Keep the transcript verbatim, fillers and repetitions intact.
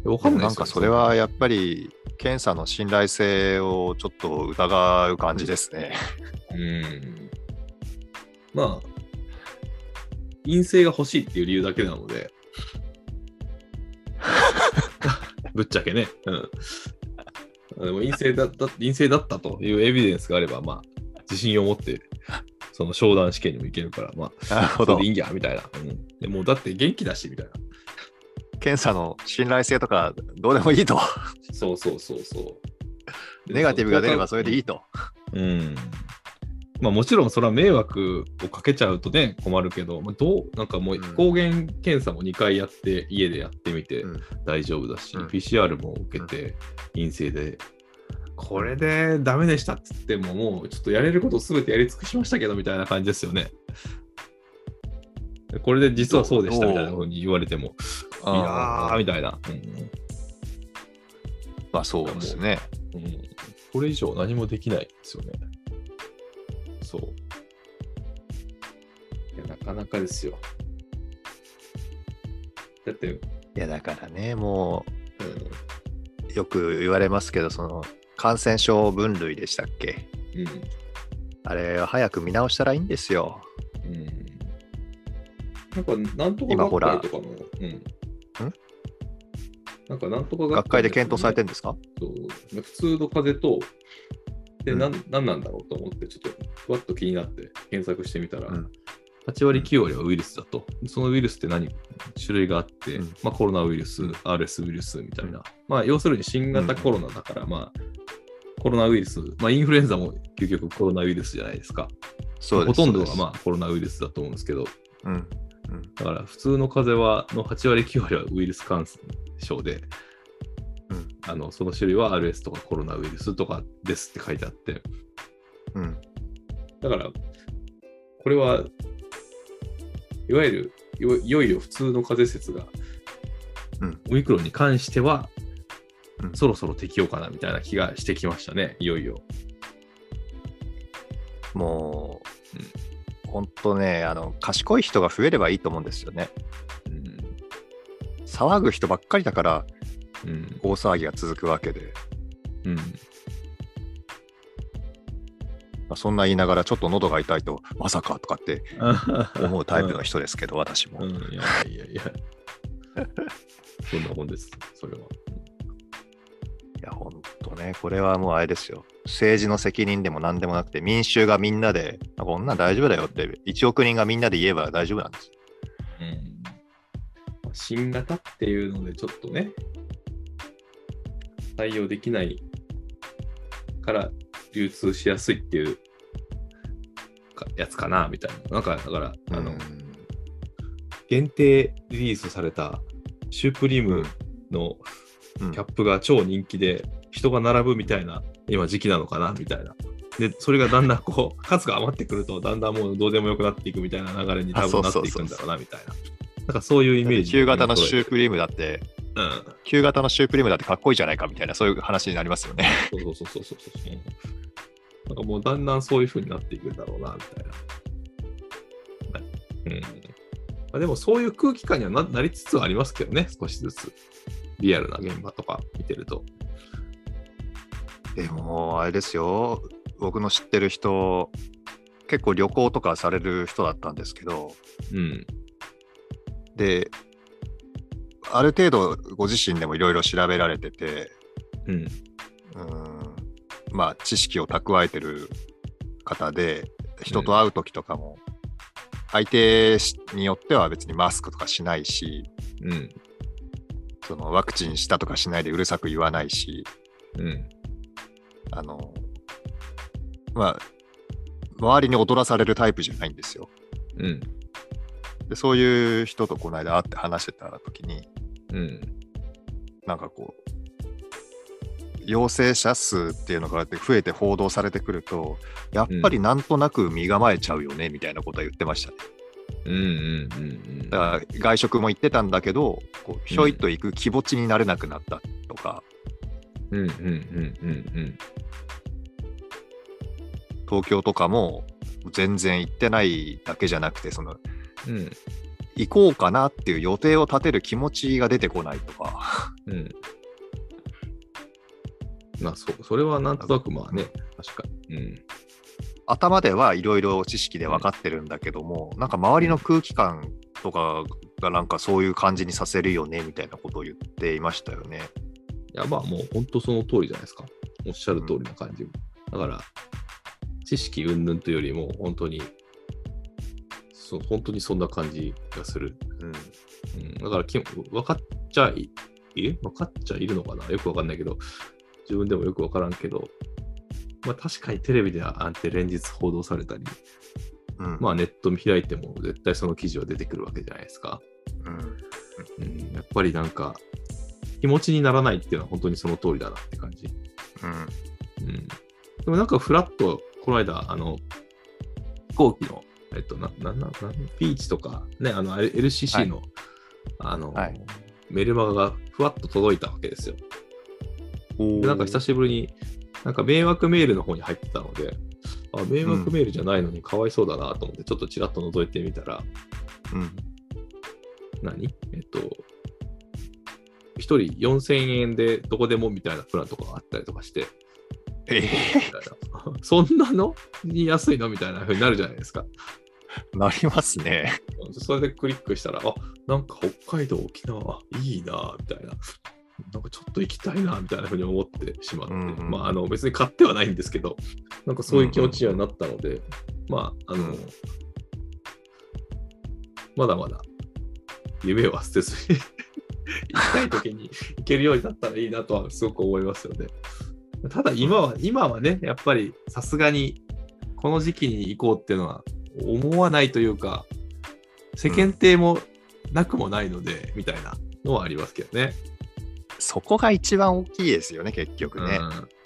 わかんないですよ。 なんかそれはやっぱり検査の信頼性をちょっと疑う感じですね。 うん。まあ、陰性が欲しいっていう理由だけなので、ぶっちゃけね。うん。でも陰性だった、陰性だったというエビデンスがあれば、まあ、自信を持って、その商談試験にも行けるから、まあ、 なるほど。 それでいいんや、みたいな。うん。でもうだって元気だし、みたいな。 検査の信頼性とかどうでもいいと。 そうそうそうそう。 ネガティブが出ればそれでいいと。 うん。うんまあもちろんそれは迷惑をかけちゃうとね困るけど、まあ、どうなんかもう抗原検査もにかいやって家でやってみて大丈夫だし、うん、ピーシーアール も受けて陰性で、これでダメでしたっつってももうちょっとやれることすべてやり尽くしましたけどみたいな感じですよね。これで実はそうでしたみたいなふうに言われても、いやーみたいな。うん、 まあそうですね、 うん。これ以上何もできないですよね。そう。いや、なかなかですよ。だって。いや、だからね、もう、うん、よく言われますけど、その、感染症分類でしたっけ？うん。あれ、早く見直したらいいんですよ。 うん。なんか、なんとか学会とかの、うん。んなんか、なんとか学会、ね、 学会で検討されてるんですか？ そう。普通の風邪と、で、うん、なん、なんなんだろうと思って、ちょっと、ふわっと気になって検索してみたら、うん、はち割きゅう割はウイルスだと。そのウイルスって何種類があって、うんまあ、コロナウイルス、アールエス ウイルスみたいな。まあ、要するに新型コロナだから、まあ、コロナウイルス、まあ、インフルエンザも究極コロナウイルスじゃないですか。 そうです。 ほとんどはまあコロナウイルスだと思うんですけど、 うんうん、 だから普通の風邪はのはち割きゅう割はウイルス感染症で、うん、あのその種類は アールエス とかコロナウイルスとかですって書いてあって、うん、だからこれはいわゆるよいよいよ普通の風邪説が、うん、オミクロンに関しては、うん、そろそろ適用かなみたいな気がしてきましたね。いよいよもう、うん、本当ね、あの賢い人が増えればいいと思うんですよね、うん、騒ぐ人ばっかりだから、うん、大騒ぎが続くわけで、うんまあ、そんな言いながらちょっと喉が痛いとまさかとかって思うタイプの人ですけど、私も、うん、いやいやいやそんなもんですそれは。 いや本当ね、これはもうあれですよ、政治の責任でも何でもなくて、民衆がみんなでこんなん大丈夫だよっていちおく人がみんなで言えば大丈夫なんです、 うん、新型っていうのでちょっとね対応できないから流通しやすいっていうやつかなみたいな。なんかだからあの、うん、限定リリースされたシュープリームのキャップが超人気で人が並ぶみたいな今時期なのかなみたいな。でそれがだんだんこう数が余ってくるとだんだんもうどうでもよくなっていくみたいな流れに多分なっていくんだろうなみたいな。なんかそういうイメージ。 旧型のシュープリームだって、うん、旧型のシュープリームだってかっこいいじゃないかみたいな、そういう話になりますよね。 そうそうそうそうそうそう。なんかもうだんだんそういう風になっていくんだろうなみたいな。うん。まあ、でもそういう空気感には な, なりつつありますけどね、少しずつ。リアルな現場とか見てると。 でもあれですよ、僕の知ってる人、結構旅行とかされる人だったんですけど、うん。で、ある程度ご自身でもいろいろ調べられてて、うん、うーんまあ知識を蓄えてる方で、人と会う時とかも、相手によっては別にマスクとかしないし、うん、そのワクチンしたとかしないでうるさく言わないし、うん、あのまあ周りに踊らされるタイプじゃないんですよ。うん、でそういう人とこの間会って話してた時に、うん、なんかこう陽性者数っていうのが増えて報道されてくると、やっぱりなんとなく身構えちゃうよね、うん、みたいなことは言ってましたね。うんうんうんうん、だから外食も行ってたんだけど、こうひょいっと行く気持ちになれなくなったとか、うんうんうんうんうん、東京とかも全然行ってないだけじゃなくて、その、うん、 行こうかなっていう予定を立てる気持ちが出てこないとか。 うん。まあ、そう、それはなんとなくまあね、確かに。うん。 頭ではいろいろ知識で分かってるんだけども、うん、なんか周りの空気感とかがなんかそういう感じにさせるよねみたいなことを言っていましたよね。 いやまあもう本当その通りじゃないですか。おっしゃる通りな感じ。うん、だから知識云々というよりも本当にそ本当にそんな感じがする。うんうん、だからき分かっちゃいい分かっちゃいるのかなよく分かんないけど、自分でもよく分からんけど、まあ確かにテレビではあんて連日報道されたり、うん、まあネット見開いても絶対その記事は出てくるわけじゃないですか。うんうん、やっぱりなんか気持ちにならないっていうのは本当にその通りだなって感じ。うんうん、でもなんかフラッとこの間あの飛行機のえっとななななピーチとかねあの エルシーシー の、はい、あの、はい、メルマガがふわっと届いたわけですよ。でなんか久しぶりになんか迷惑メールの方に入ってたので、あ迷惑メールじゃないのにかわいそうだなと思ってちょっとちらっと覗いてみたら、うん、何えっとひとりよんせんえんでどこでもみたいなプランとかがあったりとかして、えー、そんなのに安いのみたいな風になるじゃないですか。 なりますね。 それでクリックしたら、あなんか北海道、沖縄、いいなみたいな。なんかちょっと行きたいなみたいな風に思ってしまって、うんうん、まああの別に買ってはないんですけど、なんかそういう気持ちにはなったので、うんうん、まああの、うん、まだまだ夢は捨てずに行きたい時に行けるようになったらいいなとはすごく思いますよね。ただ今は、今はね、やっぱりさすがにこの時期に行こうっていうのは思わないというか、世間体もなくもないので、うん、みたいなのはありますけどね。 そこが一番大きいですよね、結局ね。